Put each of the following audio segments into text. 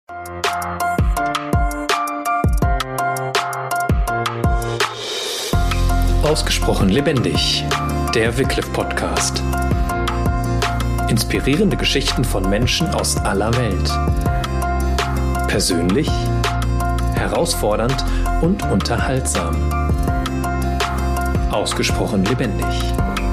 Ausgesprochen lebendig, der Wycliffe Podcast. Inspirierende Geschichten von Menschen aus aller Welt. Persönlich, herausfordernd und unterhaltsam. Ausgesprochen lebendig.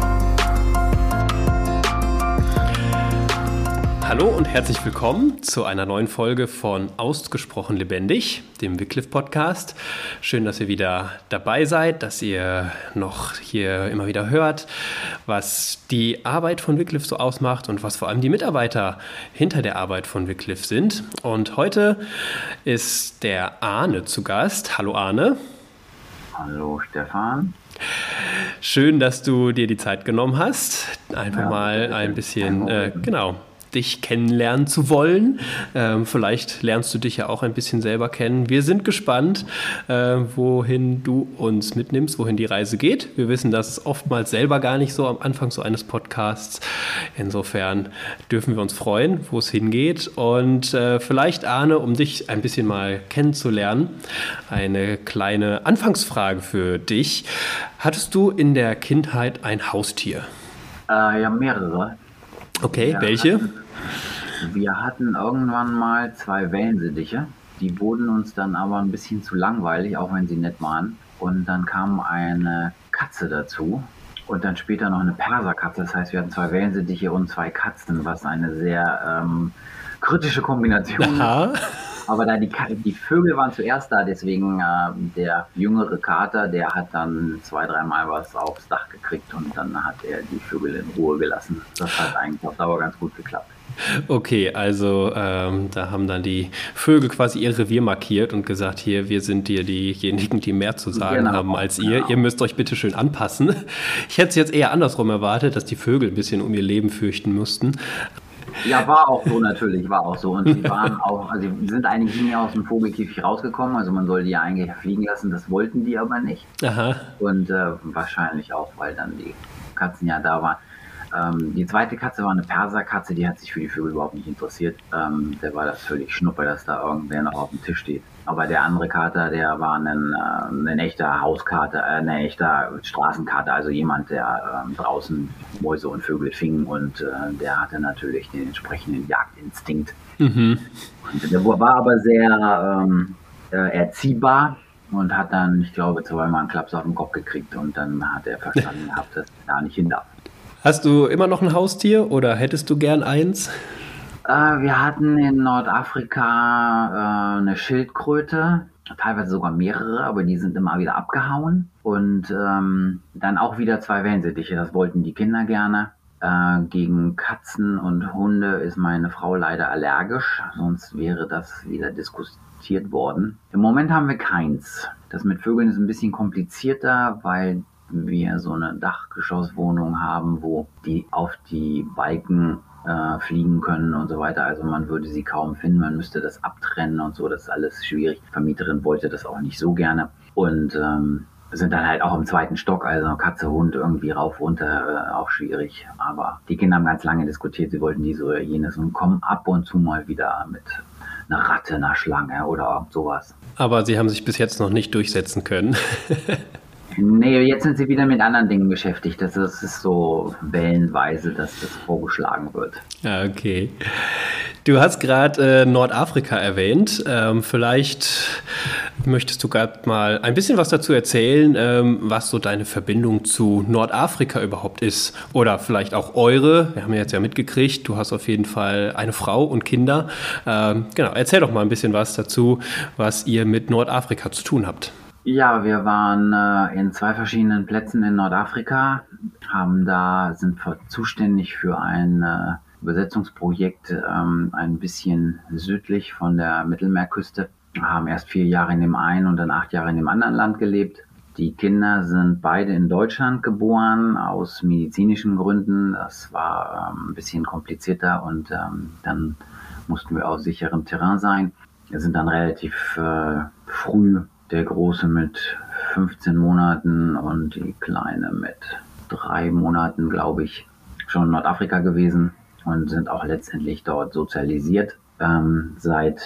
Hallo und herzlich willkommen zu einer neuen Folge von Ausgesprochen lebendig, dem Wycliffe Podcast. Schön, dass ihr wieder dabei seid, dass ihr noch hier immer wieder hört, was die Arbeit von Wycliffe so ausmacht und was vor allem die Mitarbeiter hinter der Arbeit von Wycliffe sind. Und heute ist der Arne zu Gast. Hallo Arne. Hallo Stefan. Schön, dass du dir die Zeit genommen hast, einfach mal ein bisschen, dich kennenlernen zu wollen. Vielleicht lernst du dich ja auch ein bisschen selber kennen. Wir sind gespannt, wohin du uns mitnimmst, wohin die Reise geht. Wir wissen das oftmals selber gar nicht so am Anfang so eines Podcasts. Insofern dürfen wir uns freuen, wo es hingeht. Und vielleicht, Arne, um dich ein bisschen mal kennenzulernen, eine kleine Anfangsfrage für dich. Hattest du in der Kindheit ein Haustier? Ja, mehrere. Okay, welche? Wir hatten irgendwann mal 2 Wellensittiche. Die wurden uns dann aber ein bisschen zu langweilig, auch wenn sie nett waren. Und dann kam eine Katze dazu und dann später noch eine Perserkatze. Das heißt, wir hatten 2 Wellensittiche und 2 Katzen, was eine sehr kritische Kombination ist. Aber da die Vögel waren zuerst da, deswegen der jüngere Kater, der hat dann 2-3 Mal was aufs Dach gekriegt und dann hat er die Vögel in Ruhe gelassen. Das hat eigentlich auf Dauer ganz gut geklappt. Okay, also da haben dann die Vögel quasi ihr Revier markiert und gesagt, hier, wir sind hier diejenigen, die mehr zu sagen haben als ihr. Genau. Ihr müsst euch bitte schön anpassen. Ich hätte es jetzt eher andersrum erwartet, dass die Vögel ein bisschen um ihr Leben fürchten mussten. Ja, war auch so natürlich, war auch so. Und sie waren auch, also die sind eigentlich nie aus dem Vogelkäfig rausgekommen. Also man soll die ja eigentlich fliegen lassen, das wollten die aber nicht. Aha. Und wahrscheinlich auch, weil dann die Katzen ja da waren. Die zweite Katze war eine Perserkatze, die hat sich für die Vögel überhaupt nicht interessiert. Der war das völlig schnuppe, dass da irgendwer noch auf dem Tisch steht. Aber der andere Kater, der war ein echter Hauskater, ein echter Straßenkater, also jemand, der draußen Mäuse und Vögel fing und der hatte natürlich den entsprechenden Jagdinstinkt. Mhm. Und der war aber sehr erziehbar und hat dann, ich glaube, 2-mal einen Klaps auf den Kopf gekriegt und dann hat er verstanden gehabt, dass er da nicht hin darf. Hast du immer noch ein Haustier oder hättest du gern eins? Wir hatten in Nordafrika eine Schildkröte, teilweise sogar mehrere, aber die sind immer wieder abgehauen. Und dann auch wieder 2 Wellensittiche, das wollten die Kinder gerne. Gegen Katzen und Hunde ist meine Frau leider allergisch, sonst wäre das wieder diskutiert worden. Im Moment haben wir keins. Das mit Vögeln ist ein bisschen komplizierter, weil wir so eine Dachgeschosswohnung haben, wo die auf die Balken fliegen können und so weiter. Also man würde sie kaum finden, man müsste das abtrennen und so, das ist alles schwierig. Die Vermieterin wollte das auch nicht so gerne und sind dann halt auch im 2. Stock, also Katze, Hund irgendwie rauf, runter, auch schwierig. Aber die Kinder haben ganz lange diskutiert, sie wollten dies oder jenes und kommen ab und zu mal wieder mit einer Ratte, einer Schlange oder irgend sowas. Aber sie haben sich bis jetzt noch nicht durchsetzen können. Nee, jetzt sind sie wieder mit anderen Dingen beschäftigt. Das ist so wellenweise, dass das vorgeschlagen wird. Okay. Du hast gerade Nordafrika erwähnt. Vielleicht möchtest du gerade mal ein bisschen was dazu erzählen, was so deine Verbindung zu Nordafrika überhaupt ist. Oder vielleicht auch eure. Wir haben ja jetzt ja mitgekriegt, du hast auf jeden Fall eine Frau und Kinder. Genau, erzähl doch mal ein bisschen was dazu, was ihr mit Nordafrika zu tun habt. Ja, wir waren in 2 verschiedenen Plätzen in Nordafrika, sind zuständig für ein Übersetzungsprojekt ein bisschen südlich von der Mittelmeerküste. Wir haben erst 4 Jahre in dem einen und dann 8 Jahre in dem anderen Land gelebt. Die Kinder sind beide in Deutschland geboren, aus medizinischen Gründen. Das war ein bisschen komplizierter und dann mussten wir auf sicherem Terrain sein. Wir sind dann relativ früh, der Große mit 15 Monaten und die Kleine mit 3 Monaten, glaube ich, schon in Nordafrika gewesen und sind auch letztendlich dort sozialisiert. Seit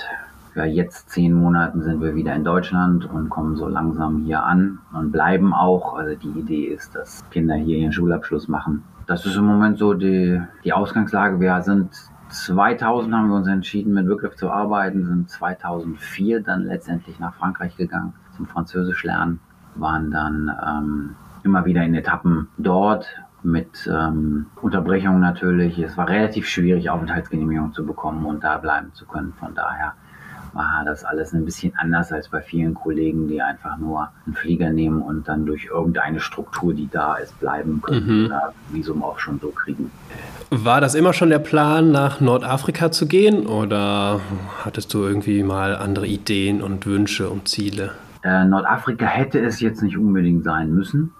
ja, jetzt 10 Monaten sind wir wieder in Deutschland und kommen so langsam hier an und bleiben auch. Also die Idee ist, dass Kinder hier ihren Schulabschluss machen. Das ist im Moment so die Ausgangslage. Wir sind 2000 haben wir uns entschieden, mit Wycliffe zu arbeiten, sind 2004 dann letztendlich nach Frankreich gegangen zum Französisch lernen, waren dann immer wieder in Etappen dort mit Unterbrechungen natürlich. Es war relativ schwierig, Aufenthaltsgenehmigung zu bekommen und da bleiben zu können. Von daher war das alles ein bisschen anders als bei vielen Kollegen, die einfach nur einen Flieger nehmen und dann durch irgendeine Struktur, die da ist, bleiben können oder Visum auch schon so kriegen. War das immer schon der Plan, nach Nordafrika zu gehen oder hattest du irgendwie mal andere Ideen und Wünsche und Ziele? Nordafrika hätte es jetzt nicht unbedingt sein müssen.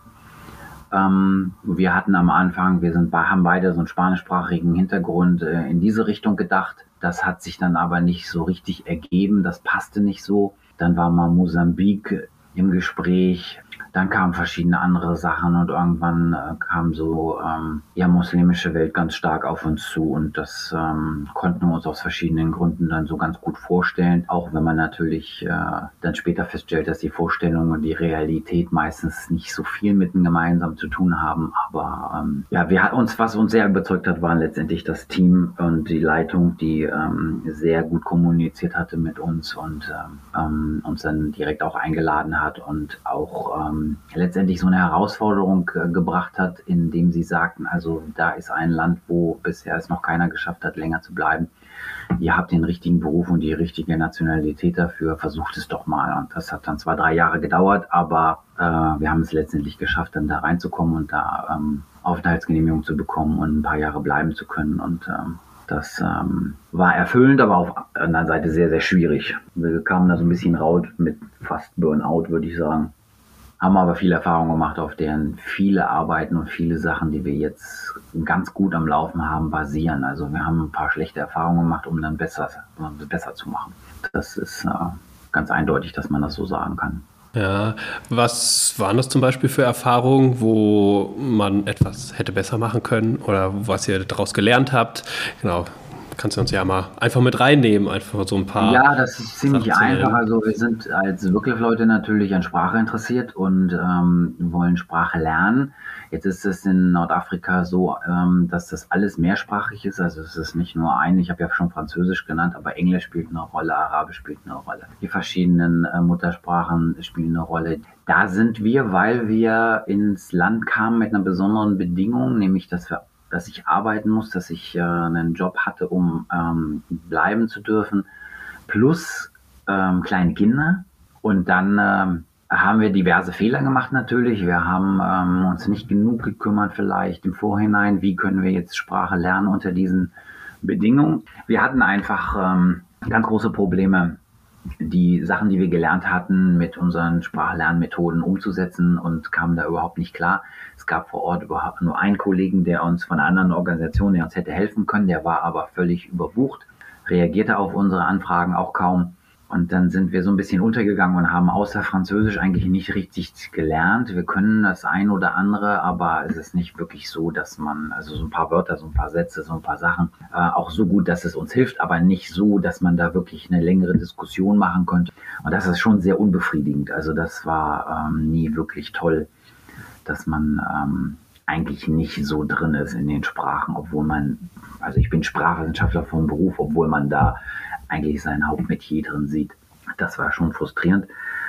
Wir hatten am Anfang, haben beide so einen spanischsprachigen Hintergrund in diese Richtung gedacht. Das hat sich dann aber nicht so richtig ergeben, das passte nicht so. Dann war mal Mosambik im Gespräch, dann kamen verschiedene andere Sachen und irgendwann kam so muslimische Welt ganz stark auf uns zu und das konnten wir uns aus verschiedenen Gründen dann so ganz gut vorstellen, auch wenn man natürlich dann später feststellt, dass die Vorstellungen und die Realität meistens nicht so viel miteinander gemeinsam zu tun haben, aber was uns sehr überzeugt hat, waren letztendlich das Team und die Leitung, die sehr gut kommuniziert hatte mit uns und uns dann direkt auch eingeladen hat und auch letztendlich so eine Herausforderung gebracht hat, indem sie sagten, also da ist ein Land, wo bisher es noch keiner geschafft hat, länger zu bleiben. Ihr habt den richtigen Beruf und die richtige Nationalität dafür, versucht es doch mal. Und das hat dann zwar 3 Jahre gedauert, aber wir haben es letztendlich geschafft, dann da reinzukommen und da Aufenthaltsgenehmigung zu bekommen und ein paar Jahre bleiben zu können. Und das war erfüllend, aber auf der anderen Seite sehr, sehr schwierig. Wir kamen da so ein bisschen raus mit fast Burnout, würde ich sagen. Haben aber viel Erfahrung gemacht, auf deren viele Arbeiten und viele Sachen, die wir jetzt ganz gut am Laufen haben, basieren. Also wir haben ein paar schlechte Erfahrungen gemacht, um dann besser zu machen. Das ist ganz eindeutig, dass man das so sagen kann. Ja, was waren das zum Beispiel für Erfahrungen, wo man etwas hätte besser machen können oder was ihr daraus gelernt habt? Genau, kannst du uns ja mal einfach mit reinnehmen, einfach so ein paar. Ja, das ist ziemlich einfach. Also wir sind als Wycliffe-Leute natürlich an Sprache interessiert und wollen Sprache lernen. Jetzt ist es in Nordafrika so, dass das alles mehrsprachig ist. Also es ist nicht nur ich habe ja schon Französisch genannt, aber Englisch spielt eine Rolle, Arabisch spielt eine Rolle. Die verschiedenen Muttersprachen spielen eine Rolle. Da sind wir, weil wir ins Land kamen mit einer besonderen Bedingung, nämlich dass ich arbeiten muss, dass ich einen Job hatte, um bleiben zu dürfen, plus kleine Kinder. Und dann haben wir diverse Fehler gemacht natürlich. Wir haben uns nicht genug gekümmert vielleicht im Vorhinein, wie können wir jetzt Sprache lernen unter diesen Bedingungen. Wir hatten einfach ganz große Probleme, die Sachen, die wir gelernt hatten, mit unseren Sprachlernmethoden umzusetzen und kamen da überhaupt nicht klar. Es gab vor Ort überhaupt nur einen Kollegen, der uns von einer anderen Organisation, der uns hätte helfen können, der war aber völlig überbucht, reagierte auf unsere Anfragen auch kaum. Und dann sind wir so ein bisschen untergegangen und haben außer Französisch eigentlich nicht richtig gelernt. Wir können das ein oder andere, aber es ist nicht wirklich so, dass man, also so ein paar Wörter, so ein paar Sätze, so ein paar Sachen, auch so gut, dass es uns hilft, aber nicht so, dass man da wirklich eine längere Diskussion machen könnte. Und das ist schon sehr unbefriedigend. Also das war nie wirklich toll, dass man eigentlich nicht so drin ist in den Sprachen, also ich bin Sprachwissenschaftler vom Beruf, obwohl man da eigentlich sein Hauptmetier drin sieht. Das war schon frustrierend.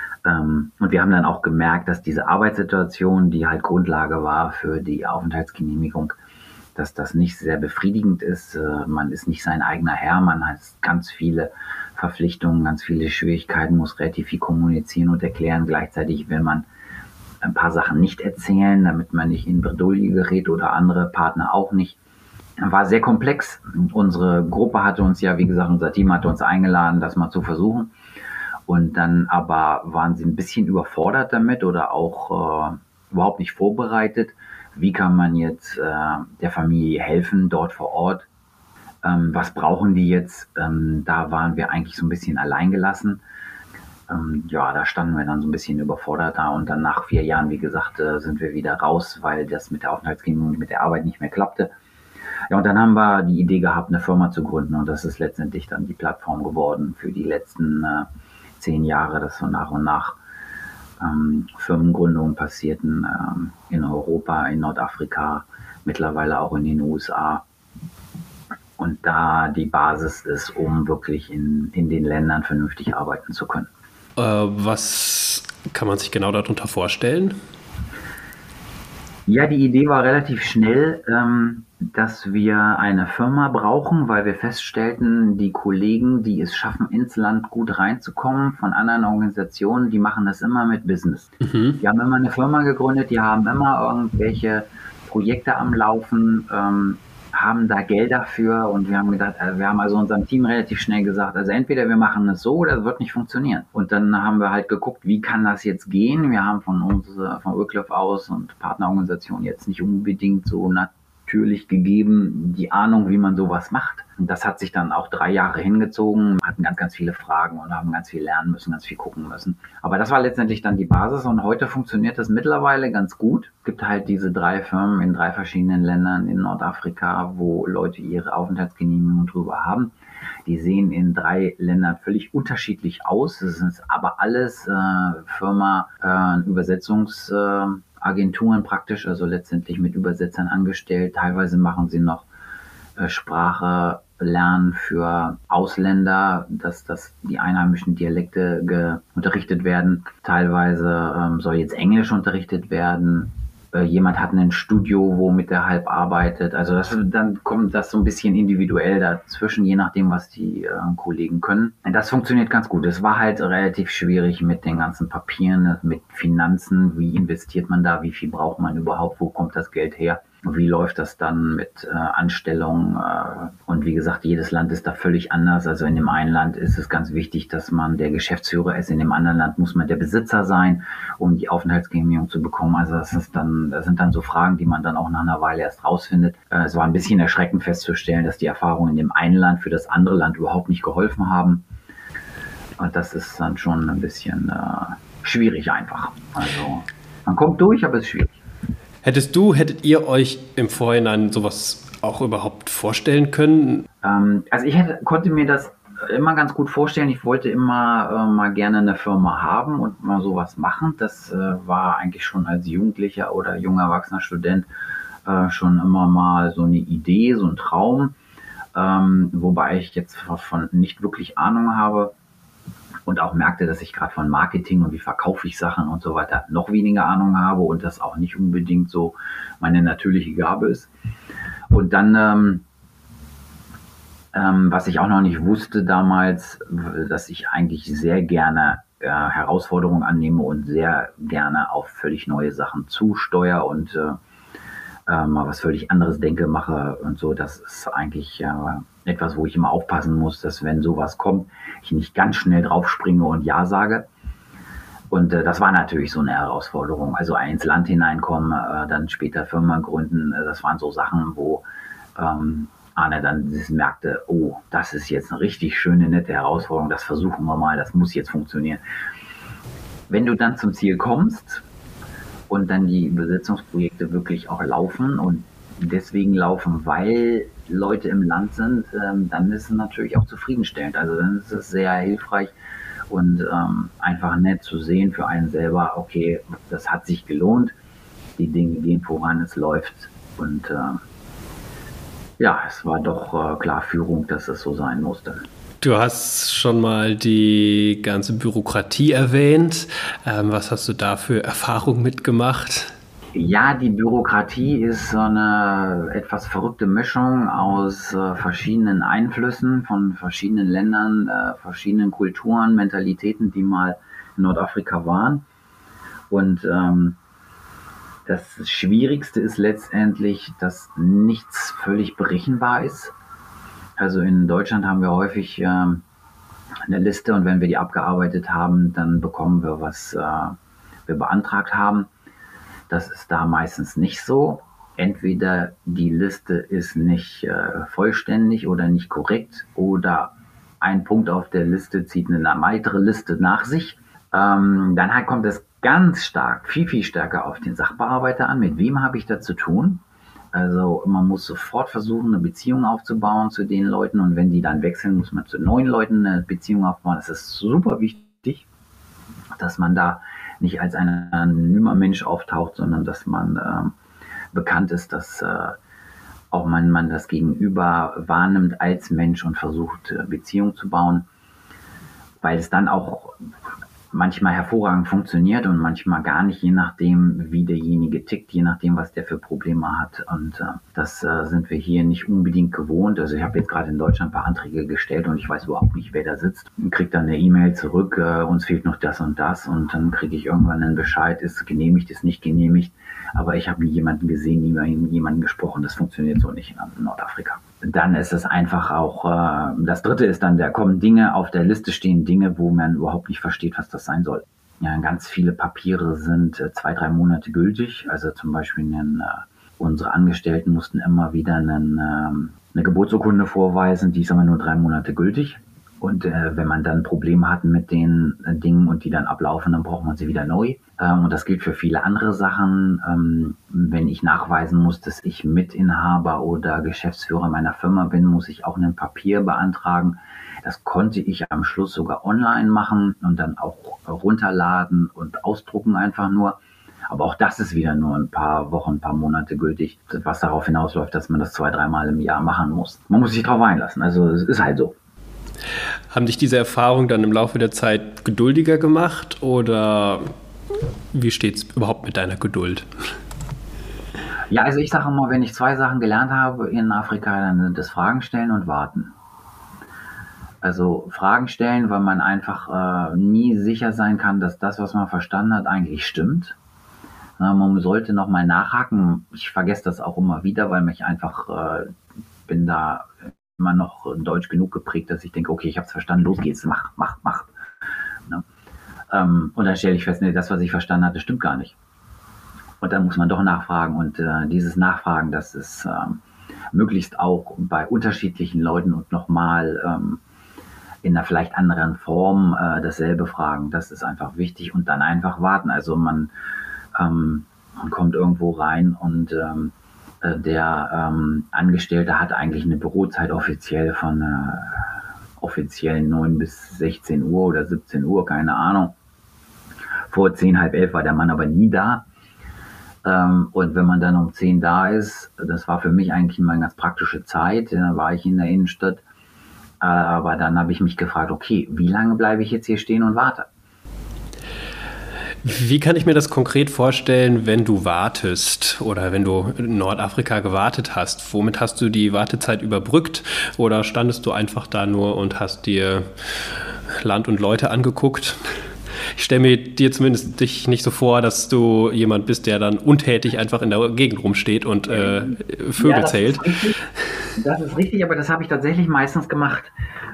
Und wir haben dann auch gemerkt, dass diese Arbeitssituation, die halt Grundlage war für die Aufenthaltsgenehmigung, dass das nicht sehr befriedigend ist. Man ist nicht sein eigener Herr, man hat ganz viele Verpflichtungen, ganz viele Schwierigkeiten, muss relativ viel kommunizieren und erklären. Gleichzeitig will man ein paar Sachen nicht erzählen, damit man nicht in Bredouille gerät oder andere Partner auch nicht. War sehr komplex. Unsere Gruppe hatte uns ja, wie gesagt, unser Team hatte uns eingeladen, das mal zu versuchen. Und dann aber waren sie ein bisschen überfordert damit oder auch überhaupt nicht vorbereitet. Wie kann man jetzt der Familie helfen dort vor Ort? Was brauchen die jetzt? Da waren wir eigentlich so ein bisschen alleingelassen. Da standen wir dann so ein bisschen überfordert da. Und dann nach 4 Jahren, wie gesagt, sind wir wieder raus, weil das mit der Aufenthaltsgenehmigung, mit der Arbeit nicht mehr klappte. Ja, und dann haben wir die Idee gehabt, eine Firma zu gründen und das ist letztendlich dann die Plattform geworden für die letzten 10 Jahre, dass so nach und nach Firmengründungen passierten in Europa, in Nordafrika, mittlerweile auch in den USA. Und da die Basis ist, um wirklich in den Ländern vernünftig arbeiten zu können. Was kann man sich genau darunter vorstellen? Ja, die Idee war relativ schnell, dass wir eine Firma brauchen, weil wir feststellten, die Kollegen, die es schaffen, ins Land gut reinzukommen, von anderen Organisationen, die machen das immer mit Business. Die haben immer eine Firma gegründet, die haben immer irgendwelche Projekte am Laufen, haben da Geld dafür und wir haben gedacht, wir haben also unserem Team relativ schnell gesagt, also entweder wir machen es so oder es wird nicht funktionieren. Und dann haben wir halt geguckt, wie kann das jetzt gehen? Wir haben von Wycliffe aus und Partnerorganisationen jetzt nicht unbedingt so natürlich gegeben, die Ahnung, wie man sowas macht. Und das hat sich dann auch 3 Jahre hingezogen, wir hatten ganz, ganz viele Fragen und haben ganz viel lernen müssen, ganz viel gucken müssen. Aber das war letztendlich dann die Basis und heute funktioniert das mittlerweile ganz gut. Es gibt halt diese 3 Firmen in 3 verschiedenen Ländern in Nordafrika, wo Leute ihre Aufenthaltsgenehmigung drüber haben. Die sehen in 3 Ländern völlig unterschiedlich aus. Es ist aber alles Übersetzungsagenturen praktisch, also letztendlich mit Übersetzern angestellt. Teilweise machen sie noch Sprache lernen für Ausländer, dass die einheimischen Dialekte unterrichtet werden. Teilweise soll jetzt Englisch unterrichtet werden. Jemand hat ein Studio, womit er halb arbeitet. Also dann kommt das so ein bisschen individuell dazwischen, je nachdem, was die Kollegen können. Das funktioniert ganz gut. Es war halt relativ schwierig mit den ganzen Papieren, mit Finanzen. Wie investiert man da? Wie viel braucht man überhaupt? Wo kommt das Geld her? Wie läuft das dann mit Anstellungen? Und wie gesagt, jedes Land ist da völlig anders. Also in dem einen Land ist es ganz wichtig, dass man der Geschäftsführer ist. In dem anderen Land muss man der Besitzer sein, um die Aufenthaltsgenehmigung zu bekommen. Also das sind dann so Fragen, die man dann auch nach einer Weile erst rausfindet. Es war ein bisschen erschreckend festzustellen, dass die Erfahrungen in dem einen Land für das andere Land überhaupt nicht geholfen haben. Und das ist dann schon ein bisschen schwierig einfach. Also man kommt durch, aber es ist schwierig. Hättet ihr euch im Vorhinein sowas auch überhaupt vorstellen können? Also ich konnte mir das immer ganz gut vorstellen. Ich wollte immer mal gerne eine Firma haben und mal sowas machen. Das war eigentlich schon als Jugendlicher oder junger erwachsener Student schon immer mal so eine Idee, so ein Traum. Wobei ich jetzt von nicht wirklich Ahnung habe. Und auch merkte, dass ich gerade von Marketing und wie verkaufe ich Sachen und so weiter noch weniger Ahnung habe und das auch nicht unbedingt so meine natürliche Gabe ist. Und dann, was ich auch noch nicht wusste damals, dass ich eigentlich sehr gerne Herausforderungen annehme und sehr gerne auf völlig neue Sachen zusteuere und mal was völlig anderes denke, mache und so. Das ist eigentlich etwas, wo ich immer aufpassen muss, dass wenn sowas kommt, ich nicht ganz schnell drauf springe und Ja sage. Und das war natürlich so eine Herausforderung. Also ins Land hineinkommen, dann später Firma gründen, das waren so Sachen, wo Arne dann merkte, oh, das ist jetzt eine richtig schöne, nette Herausforderung, das versuchen wir mal, das muss jetzt funktionieren. Wenn du dann zum Ziel kommst und dann die Übersetzungsprojekte wirklich auch laufen und deswegen laufen, weil Leute im Land sind, dann ist es natürlich auch zufriedenstellend. Also dann ist es sehr hilfreich und einfach nett zu sehen für einen selber, okay, das hat sich gelohnt, die Dinge gehen voran, es läuft und ja, es war doch klar Führung, dass es so sein musste. Du hast schon mal die ganze Bürokratie erwähnt. Was hast du da für Erfahrungen mitgemacht? Ja, die Bürokratie ist so eine etwas verrückte Mischung aus verschiedenen Einflüssen von verschiedenen Ländern, verschiedenen Kulturen, Mentalitäten, die mal in Nordafrika waren. Und das Schwierigste ist letztendlich, dass nichts völlig berechenbar ist. Also in Deutschland haben wir häufig eine Liste und wenn wir die abgearbeitet haben, dann bekommen wir, was wir beantragt haben. Das ist da meistens nicht so. Entweder die Liste ist nicht vollständig oder nicht korrekt oder ein Punkt auf der Liste zieht eine weitere Liste nach sich. Dann kommt es ganz stark, viel, viel stärker auf den Sachbearbeiter an. Mit wem habe ich da zu tun? Also man muss sofort versuchen, eine Beziehung aufzubauen zu den Leuten und wenn die dann wechseln, muss man zu neuen Leuten eine Beziehung aufbauen. Das ist super wichtig, dass man da nicht als ein anonymer Mensch auftaucht, sondern dass man bekannt ist, dass auch man das Gegenüber wahrnimmt als Mensch und versucht, Beziehung zu bauen, weil es dann auch manchmal hervorragend funktioniert und manchmal gar nicht, je nachdem, wie derjenige tickt, je nachdem, was der für Probleme hat. Und das sind wir hier nicht unbedingt gewohnt. Also ich habe jetzt gerade in Deutschland ein paar Anträge gestellt und ich weiß überhaupt nicht, wer da sitzt. Und kriege dann eine E-Mail zurück, uns fehlt noch das und dann kriege ich irgendwann einen Bescheid, ist genehmigt, ist nicht genehmigt. Aber ich habe nie jemanden gesehen, nie mit jemandem gesprochen. Das funktioniert so nicht in Nordafrika. Dann ist es einfach auch, das dritte ist dann, da kommen Dinge, auf der Liste stehen Dinge, wo man überhaupt nicht versteht, was das sein soll. Ja, ganz viele Papiere sind 2-3 Monate gültig. Also zum Beispiel unsere Angestellten mussten immer wieder eine Geburtsurkunde vorweisen, die ist aber nur 3 Monate gültig. Und wenn man dann Probleme hat mit den Dingen und die dann ablaufen, dann braucht man sie wieder neu. Und das gilt für viele andere Sachen. Wenn ich nachweisen muss, dass ich Mitinhaber oder Geschäftsführer meiner Firma bin, muss ich auch ein Papier beantragen. Das konnte ich am Schluss sogar online machen und dann auch runterladen und ausdrucken einfach nur. Aber auch das ist wieder nur ein paar Wochen, ein paar Monate gültig, was darauf hinausläuft, dass man das 2-3 Mal im Jahr machen muss. Man muss sich darauf einlassen. Also es ist halt so. Haben dich diese Erfahrungen dann im Laufe der Zeit geduldiger gemacht oder wie steht es überhaupt mit deiner Geduld? Ja, also ich sage immer, wenn ich 2 Sachen gelernt habe in Afrika, dann sind es Fragen stellen und warten. Also Fragen stellen, weil man einfach nie sicher sein kann, dass das, was man verstanden hat, eigentlich stimmt. Man sollte nochmal nachhaken. Ich vergesse das auch immer wieder, weil mich einfach, bin da immer noch deutsch genug geprägt, dass ich denke, okay, ich habe es verstanden, los geht's, mach. Ne? Und dann stelle ich fest, nee, das, was ich verstanden hatte, stimmt gar nicht. Und dann muss man doch nachfragen und dieses Nachfragen, das ist möglichst auch bei unterschiedlichen Leuten und nochmal in einer vielleicht anderen Form dasselbe fragen. Das ist einfach wichtig und dann einfach warten. Also man kommt irgendwo rein und der Angestellte hat eigentlich eine Bürozeit offiziell von offiziell 9 bis 16 Uhr oder 17 Uhr, keine Ahnung. Vor 10, halb 11 war der Mann aber nie da. Und wenn man dann um 10 da ist, das war für mich eigentlich immer eine ganz praktische Zeit, da war ich in der Innenstadt. Aber dann habe ich mich gefragt, okay, wie lange bleibe ich jetzt hier stehen und warte? Wie kann ich mir das konkret vorstellen, wenn du wartest oder wenn du in Nordafrika gewartet hast? Womit hast du die Wartezeit überbrückt oder standest du einfach da nur und hast dir Land und Leute angeguckt? Ich stelle mir dir zumindest dich nicht so vor, dass du jemand bist, der dann untätig einfach in der Gegend rumsteht und Vögel zählt. Das ist richtig, aber das habe ich tatsächlich meistens gemacht,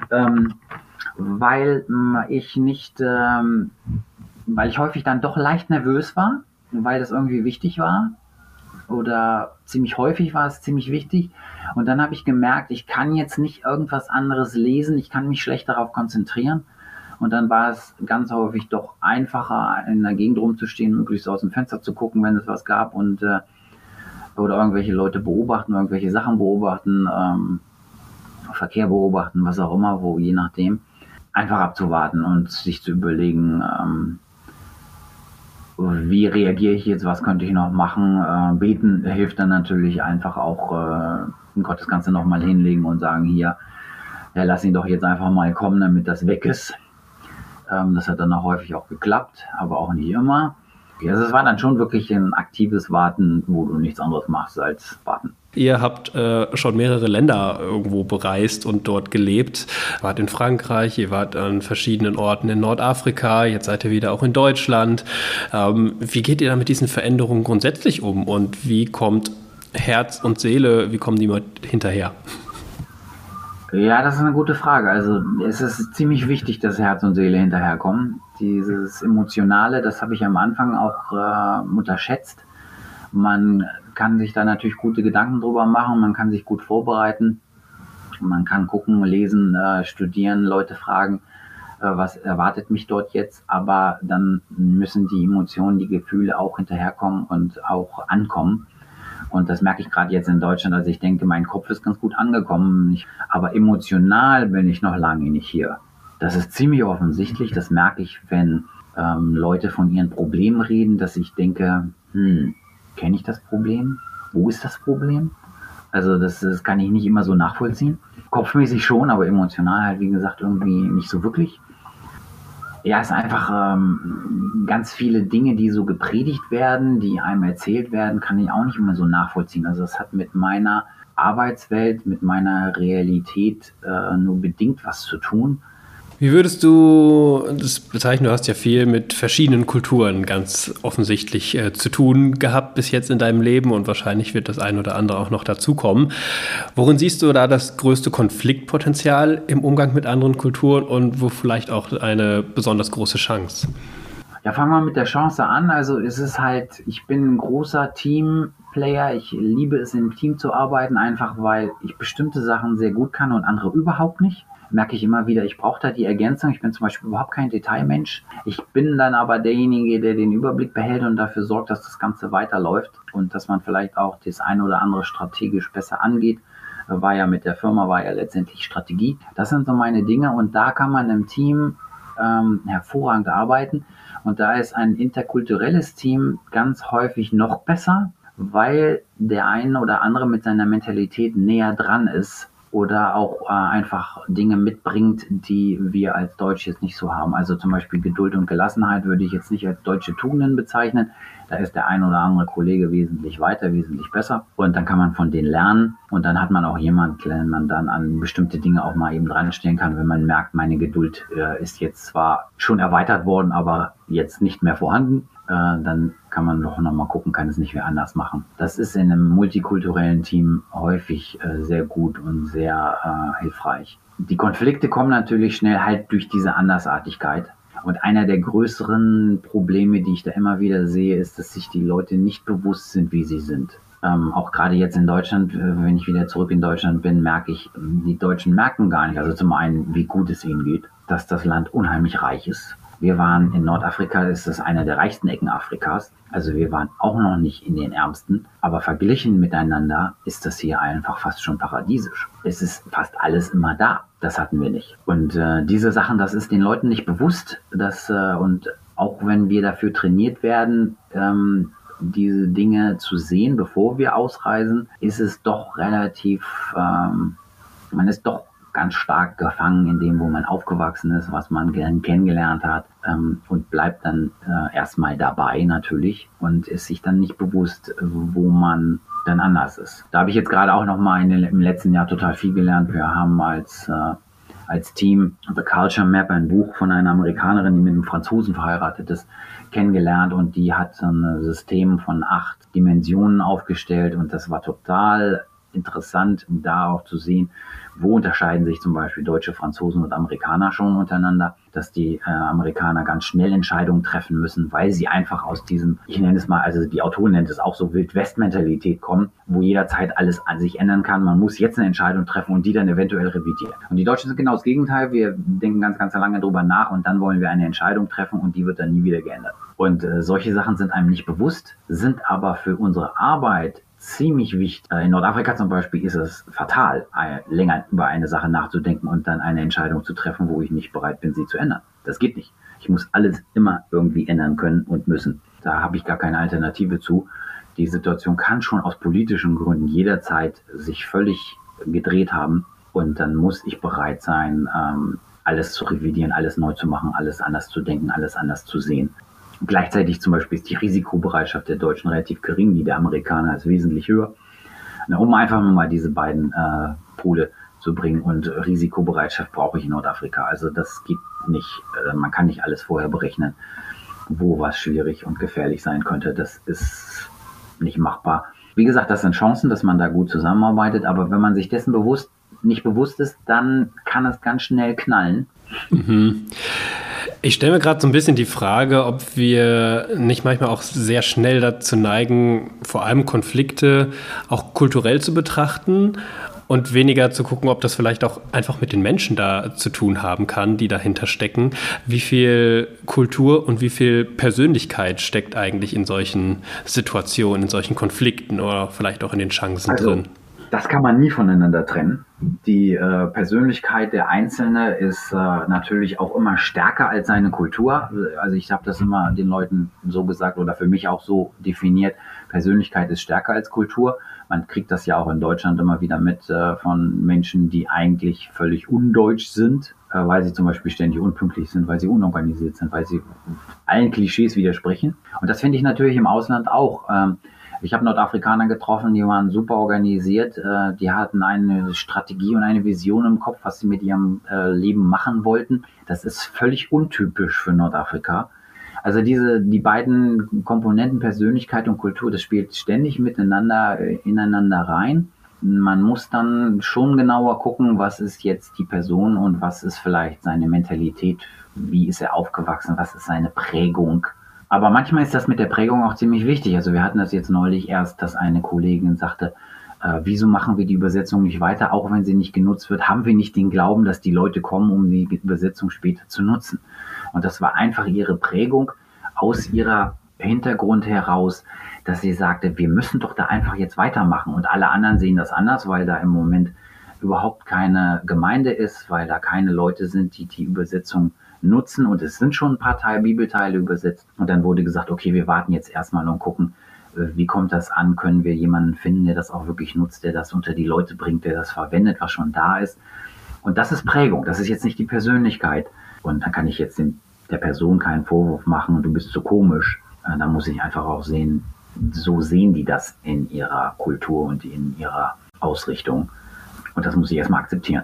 weil ich nicht... weil ich häufig dann doch leicht nervös war, weil das irgendwie wichtig war oder ziemlich häufig war es ziemlich wichtig und dann habe ich gemerkt, ich kann jetzt nicht irgendwas anderes lesen, ich kann mich schlecht darauf konzentrieren und dann war es ganz häufig doch einfacher, in der Gegend rumzustehen, möglichst aus dem Fenster zu gucken, wenn es was gab und oder irgendwelche Leute beobachten, irgendwelche Sachen beobachten, Verkehr beobachten, was auch immer, wo je nachdem, einfach abzuwarten und sich zu überlegen, wie reagiere ich jetzt, was könnte ich noch machen. Beten hilft dann natürlich einfach auch, Gott das Ganze nochmal hinlegen und sagen, hier, ja, lass ihn doch jetzt einfach mal kommen, damit das weg ist. Das hat dann auch häufig auch geklappt, aber auch nicht immer. Also es war dann schon wirklich ein aktives Warten, wo du nichts anderes machst als warten. Ihr habt schon mehrere Länder irgendwo bereist und dort gelebt. Ihr wart in Frankreich, ihr wart an verschiedenen Orten in Nordafrika, jetzt seid ihr wieder auch in Deutschland. Wie geht ihr da mit diesen Veränderungen grundsätzlich um und wie kommt Herz und Seele, wie kommen die mal hinterher? Ja, das ist eine gute Frage. Also es ist ziemlich wichtig, dass Herz und Seele hinterherkommen. Dieses Emotionale, das habe ich am Anfang auch unterschätzt. Man kann sich da natürlich gute Gedanken drüber machen, man kann sich gut vorbereiten, man kann gucken, lesen, studieren, Leute fragen, was erwartet mich dort jetzt, aber dann müssen die Emotionen, die Gefühle auch hinterherkommen und auch ankommen. Und das merke ich gerade jetzt in Deutschland. Also ich denke, mein Kopf ist ganz gut angekommen, aber emotional bin ich noch lange nicht hier. Das ist ziemlich offensichtlich. Das merke ich, wenn Leute von ihren Problemen reden, dass ich denke, kenne ich das Problem? Wo ist das Problem? Also das kann ich nicht immer so nachvollziehen. Kopfmäßig schon, aber emotional halt, wie gesagt, irgendwie nicht so wirklich. Ja, es ist einfach ganz viele Dinge, die so gepredigt werden, die einem erzählt werden, kann ich auch nicht immer so nachvollziehen. Also das hat mit meiner Arbeitswelt, mit meiner Realität nur bedingt was zu tun. Wie würdest du das bezeichnen? Du hast ja viel mit verschiedenen Kulturen ganz offensichtlich zu tun gehabt bis jetzt in deinem Leben und wahrscheinlich wird das ein oder andere auch noch dazukommen. Worin siehst du da das größte Konfliktpotenzial im Umgang mit anderen Kulturen und wo vielleicht auch eine besonders große Chance? Ja, fangen wir mit der Chance an. Also es ist halt, ich bin ein großer Teamplayer. Ich liebe es, im Team zu arbeiten, einfach weil ich bestimmte Sachen sehr gut kann und andere überhaupt nicht. Merke ich immer wieder, ich brauche da die Ergänzung. Ich bin zum Beispiel überhaupt kein Detailmensch. Ich bin dann aber derjenige, der den Überblick behält und dafür sorgt, dass das Ganze weiterläuft und dass man vielleicht auch das eine oder andere strategisch besser angeht. War ja mit der Firma, war ja letztendlich Strategie. Das sind so meine Dinge und da kann man im Team hervorragend arbeiten. Und da ist ein interkulturelles Team ganz häufig noch besser, weil der eine oder andere mit seiner Mentalität näher dran ist oder auch einfach Dinge mitbringt, die wir als Deutsche jetzt nicht so haben. Also zum Beispiel Geduld und Gelassenheit würde ich jetzt nicht als deutsche Tugenden bezeichnen. Da ist der ein oder andere Kollege wesentlich weiter, wesentlich besser. Und dann kann man von denen lernen. Und dann hat man auch jemanden, den man dann an bestimmte Dinge auch mal eben dranstellen kann, wenn man merkt, meine Geduld ist jetzt zwar schon erweitert worden, aber jetzt nicht mehr vorhanden. Dann kann man doch noch mal gucken, kann es nicht mehr anders machen. Das ist in einem multikulturellen Team häufig sehr gut und sehr hilfreich. Die Konflikte kommen natürlich schnell halt durch diese Andersartigkeit. Und einer der größeren Probleme, die ich da immer wieder sehe, ist, dass sich die Leute nicht bewusst sind, wie sie sind. Auch gerade jetzt in Deutschland, wenn ich wieder zurück in Deutschland bin, merke ich, die Deutschen merken gar nicht, also zum einen, wie gut es ihnen geht, dass das Land unheimlich reich ist. Wir waren in Nordafrika, ist das eine der reichsten Ecken Afrikas. Also wir waren auch noch nicht in den ärmsten. Aber verglichen miteinander ist das hier einfach fast schon paradiesisch. Es ist fast alles immer da. Das hatten wir nicht. Und diese Sachen, das ist den Leuten nicht bewusst. Und auch wenn wir dafür trainiert werden, diese Dinge zu sehen, bevor wir ausreisen, ist es doch relativ, man ist doch ganz stark gefangen in dem, wo man aufgewachsen ist, was man kennengelernt hat und bleibt dann erstmal dabei natürlich und ist sich dann nicht bewusst, wo man dann anders ist. Da habe ich jetzt gerade auch nochmal im letzten Jahr total viel gelernt. Wir haben als Team The Culture Map, ein Buch von einer Amerikanerin, die mit einem Franzosen verheiratet ist, kennengelernt und die hat so ein System von 8 Dimensionen aufgestellt und das war total interessant, um da auch zu sehen, wo unterscheiden sich zum Beispiel Deutsche, Franzosen und Amerikaner schon untereinander, dass die Amerikaner ganz schnell Entscheidungen treffen müssen, weil sie einfach aus diesem, ich nenne es mal, also die Autoren nennen es auch so Wild-West-Mentalität kommen, wo jederzeit alles an sich ändern kann. Man muss jetzt eine Entscheidung treffen und die dann eventuell revidieren. Und die Deutschen sind genau das Gegenteil. Wir denken ganz, ganz lange drüber nach und dann wollen wir eine Entscheidung treffen und die wird dann nie wieder geändert. Und solche Sachen sind einem nicht bewusst, sind aber für unsere Arbeit ziemlich wichtig. In Nordafrika zum Beispiel ist es fatal, länger über eine Sache nachzudenken und dann eine Entscheidung zu treffen, wo ich nicht bereit bin, sie zu ändern. Das geht nicht. Ich muss alles immer irgendwie ändern können und müssen. Da habe ich gar keine Alternative zu. Die Situation kann schon aus politischen Gründen jederzeit sich völlig gedreht haben und dann muss ich bereit sein, alles zu revidieren, alles neu zu machen, alles anders zu denken, alles anders zu sehen. Gleichzeitig zum Beispiel ist die Risikobereitschaft der Deutschen relativ gering, die der Amerikaner ist wesentlich höher. Um einfach nur mal diese beiden Pole zu bringen und Risikobereitschaft brauche ich in Nordafrika. Also das geht nicht, man kann nicht alles vorher berechnen, wo was schwierig und gefährlich sein könnte. Das ist nicht machbar. Wie gesagt, das sind Chancen, dass man da gut zusammenarbeitet, aber wenn man sich dessen nicht bewusst ist, dann kann es ganz schnell knallen. Mhm. Ich stelle mir gerade so ein bisschen die Frage, ob wir nicht manchmal auch sehr schnell dazu neigen, vor allem Konflikte auch kulturell zu betrachten und weniger zu gucken, ob das vielleicht auch einfach mit den Menschen da zu tun haben kann, die dahinter stecken. Wie viel Kultur und wie viel Persönlichkeit steckt eigentlich in solchen Situationen, in solchen Konflikten oder vielleicht auch in den Chancen drin? Das kann man nie voneinander trennen. Die Persönlichkeit der Einzelne ist natürlich auch immer stärker als seine Kultur. Also ich habe das immer den Leuten so gesagt oder für mich auch so definiert. Persönlichkeit ist stärker als Kultur. Man kriegt das ja auch in Deutschland immer wieder mit von Menschen, die eigentlich völlig undeutsch sind, weil sie zum Beispiel ständig unpünktlich sind, weil sie unorganisiert sind, weil sie allen Klischees widersprechen. Und das finde ich natürlich im Ausland auch. Ich habe Nordafrikaner getroffen, die waren super organisiert, die hatten eine Strategie und eine Vision im Kopf, was sie mit ihrem Leben machen wollten. Das ist völlig untypisch für Nordafrika. Also die beiden Komponenten Persönlichkeit und Kultur, das spielt ständig miteinander, ineinander rein. Man muss dann schon genauer gucken, was ist jetzt die Person und was ist vielleicht seine Mentalität, wie ist er aufgewachsen, was ist seine Prägung. Aber manchmal ist das mit der Prägung auch ziemlich wichtig. Also wir hatten das jetzt neulich erst, dass eine Kollegin sagte, wieso machen wir die Übersetzung nicht weiter, auch wenn sie nicht genutzt wird, haben wir nicht den Glauben, dass die Leute kommen, um die Übersetzung später zu nutzen. Und das war einfach ihre Prägung aus ihrer Hintergrund heraus, dass sie sagte, wir müssen doch da einfach jetzt weitermachen. Und alle anderen sehen das anders, weil da im Moment überhaupt keine Gemeinde ist, weil da keine Leute sind, die die Übersetzung nutzen, und es sind schon ein paar Bibelteile übersetzt, und dann wurde gesagt, okay, wir warten jetzt erstmal und gucken, wie kommt das an, können wir jemanden finden, der das auch wirklich nutzt, der das unter die Leute bringt, der das verwendet, was schon da ist. Und das ist Prägung, das ist jetzt nicht die Persönlichkeit. Und dann kann ich jetzt der Person keinen Vorwurf machen, du bist so komisch. Da muss ich einfach auch sehen, so sehen die das in ihrer Kultur und in ihrer Ausrichtung. Und das muss ich erstmal akzeptieren.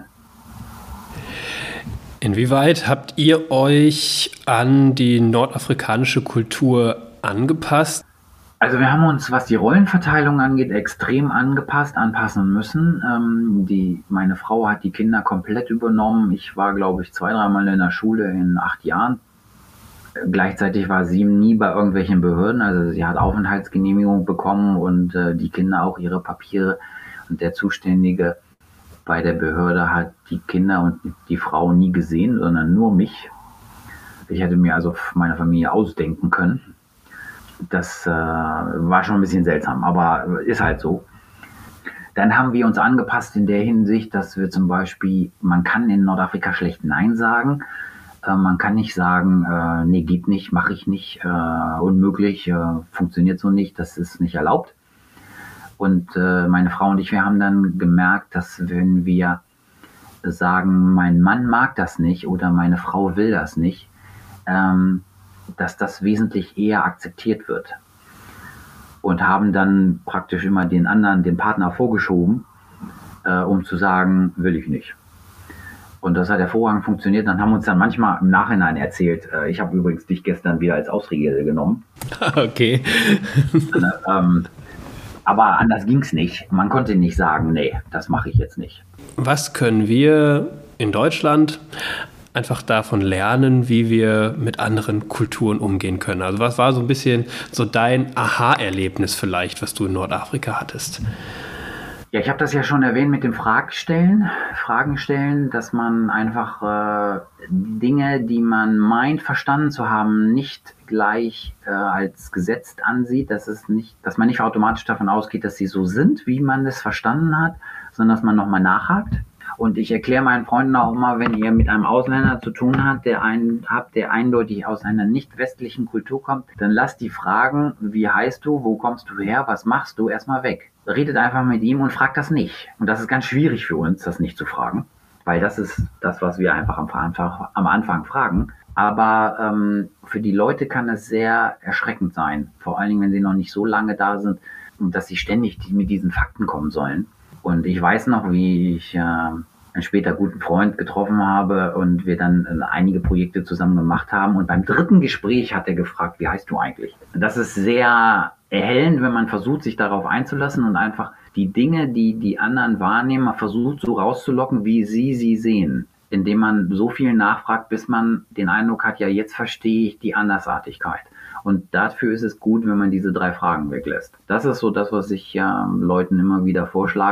Inwieweit habt ihr euch an die nordafrikanische Kultur angepasst? Also wir haben uns, was die Rollenverteilung angeht, extrem anpassen müssen. Meine Frau hat die Kinder komplett übernommen. Ich war, glaube ich, 2-3 Mal in der Schule in 8 Jahren. Gleichzeitig war sie nie bei irgendwelchen Behörden. Also sie hat Aufenthaltsgenehmigung bekommen und die Kinder auch ihre Papiere. Und der Zuständige bei der Behörde hat die Kinder und die Frau nie gesehen, sondern nur mich. Ich hätte mir also meine Familie ausdenken können. Das war schon ein bisschen seltsam, aber ist halt so. Dann haben wir uns angepasst in der Hinsicht, dass wir zum Beispiel, man kann in Nordafrika schlecht Nein sagen. Man kann nicht sagen, nee, geht nicht, mache ich nicht, unmöglich, funktioniert so nicht, das ist nicht erlaubt. Und meine Frau und ich, wir haben dann gemerkt, dass wenn wir sagen, mein Mann mag das nicht oder meine Frau will das nicht, dass das wesentlich eher akzeptiert wird. Und haben dann praktisch immer den Partner vorgeschoben, um zu sagen, will ich nicht. Und das hat hervorragend funktioniert. Dann haben wir uns dann manchmal im Nachhinein erzählt, ich habe übrigens dich gestern wieder als Ausrede genommen. Okay. Aber anders ging es nicht. Man konnte nicht sagen, nee, das mache ich jetzt nicht. Was können wir in Deutschland einfach davon lernen, wie wir mit anderen Kulturen umgehen können? Also was war so ein bisschen so dein Aha-Erlebnis vielleicht, was du in Nordafrika hattest? Ja, ich habe das ja schon erwähnt mit dem Fragen stellen, dass man einfach Dinge, die man meint verstanden zu haben, nicht gleich als gesetzt ansieht, dass man nicht automatisch davon ausgeht, dass sie so sind, wie man es verstanden hat, sondern dass man nochmal nachhakt. Und ich erkläre meinen Freunden auch immer, wenn ihr mit einem Ausländer zu tun habt, der eindeutig aus einer nicht westlichen Kultur kommt, dann lasst die Fragen, wie heißt du, wo kommst du her, was machst du, erstmal weg. Redet einfach mit ihm und fragt das nicht. Und das ist ganz schwierig für uns, das nicht zu fragen, weil das ist das, was wir einfach am Anfang fragen. Aber für die Leute kann es sehr erschreckend sein, vor allen Dingen, wenn sie noch nicht so lange da sind, dass sie ständig mit diesen Fakten kommen sollen. Und ich weiß noch, wie ich einen später guten Freund getroffen habe und wir dann einige Projekte zusammen gemacht haben. Und beim 3. Gespräch hat er gefragt, wie heißt du eigentlich? Das ist sehr erhellend, wenn man versucht, sich darauf einzulassen und einfach die Dinge, die die anderen wahrnehmen, versucht so rauszulocken, wie sie sehen. Indem man so viel nachfragt, bis man den Eindruck hat, ja, jetzt verstehe ich die Andersartigkeit. Und dafür ist es gut, wenn man diese 3 Fragen weglässt. Das ist so das, was ich Leuten immer wieder vorschlage.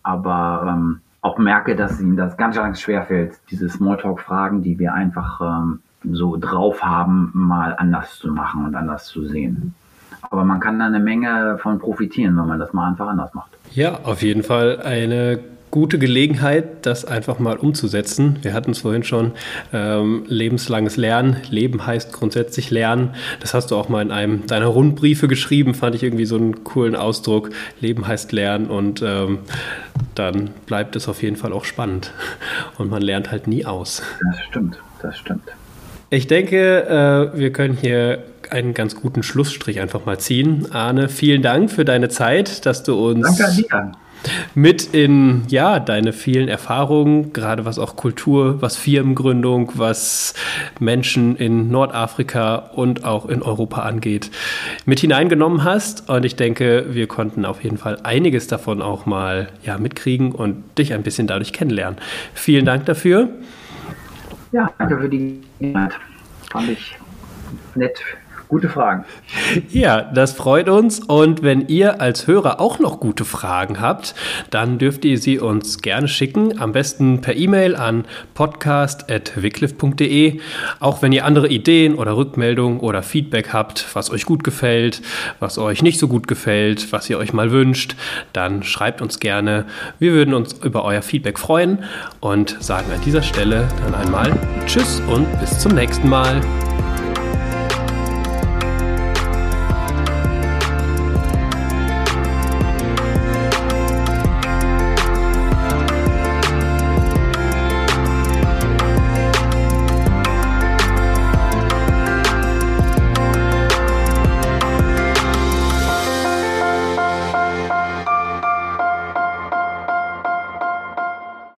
aber auch merke, dass ihnen das ganz, ganz schwer fällt, diese Smalltalk-Fragen, die wir einfach so drauf haben, mal anders zu machen und anders zu sehen. Aber man kann da eine Menge von profitieren, wenn man das mal einfach anders macht. Ja, auf jeden Fall eine gute Gelegenheit, das einfach mal umzusetzen. Wir hatten es vorhin schon, lebenslanges Lernen. Leben heißt grundsätzlich Lernen. Das hast du auch mal in einem deiner Rundbriefe geschrieben, fand ich irgendwie so einen coolen Ausdruck. Leben heißt Lernen und dann bleibt es auf jeden Fall auch spannend. Und man lernt halt nie aus. Das stimmt. Ich denke, wir können hier einen ganz guten Schlussstrich einfach mal ziehen. Arne, vielen Dank für deine Zeit, dass du uns mit in deine vielen Erfahrungen, gerade was auch Kultur, was Firmengründung, was Menschen in Nordafrika und auch in Europa angeht, mit hineingenommen hast. Und ich denke, wir konnten auf jeden Fall einiges davon auch mal mitkriegen und dich ein bisschen dadurch kennenlernen. Vielen Dank dafür. Ja, danke für die Gelegenheit. Fand ich nett. Gute Fragen. Ja, das freut uns. Und wenn ihr als Hörer auch noch gute Fragen habt, dann dürft ihr sie uns gerne schicken. Am besten per E-Mail an podcast@wycliffe.de. Auch wenn ihr andere Ideen oder Rückmeldungen oder Feedback habt, was euch gut gefällt, was euch nicht so gut gefällt, was ihr euch mal wünscht, dann schreibt uns gerne. Wir würden uns über euer Feedback freuen und sagen an dieser Stelle dann einmal Tschüss und bis zum nächsten Mal.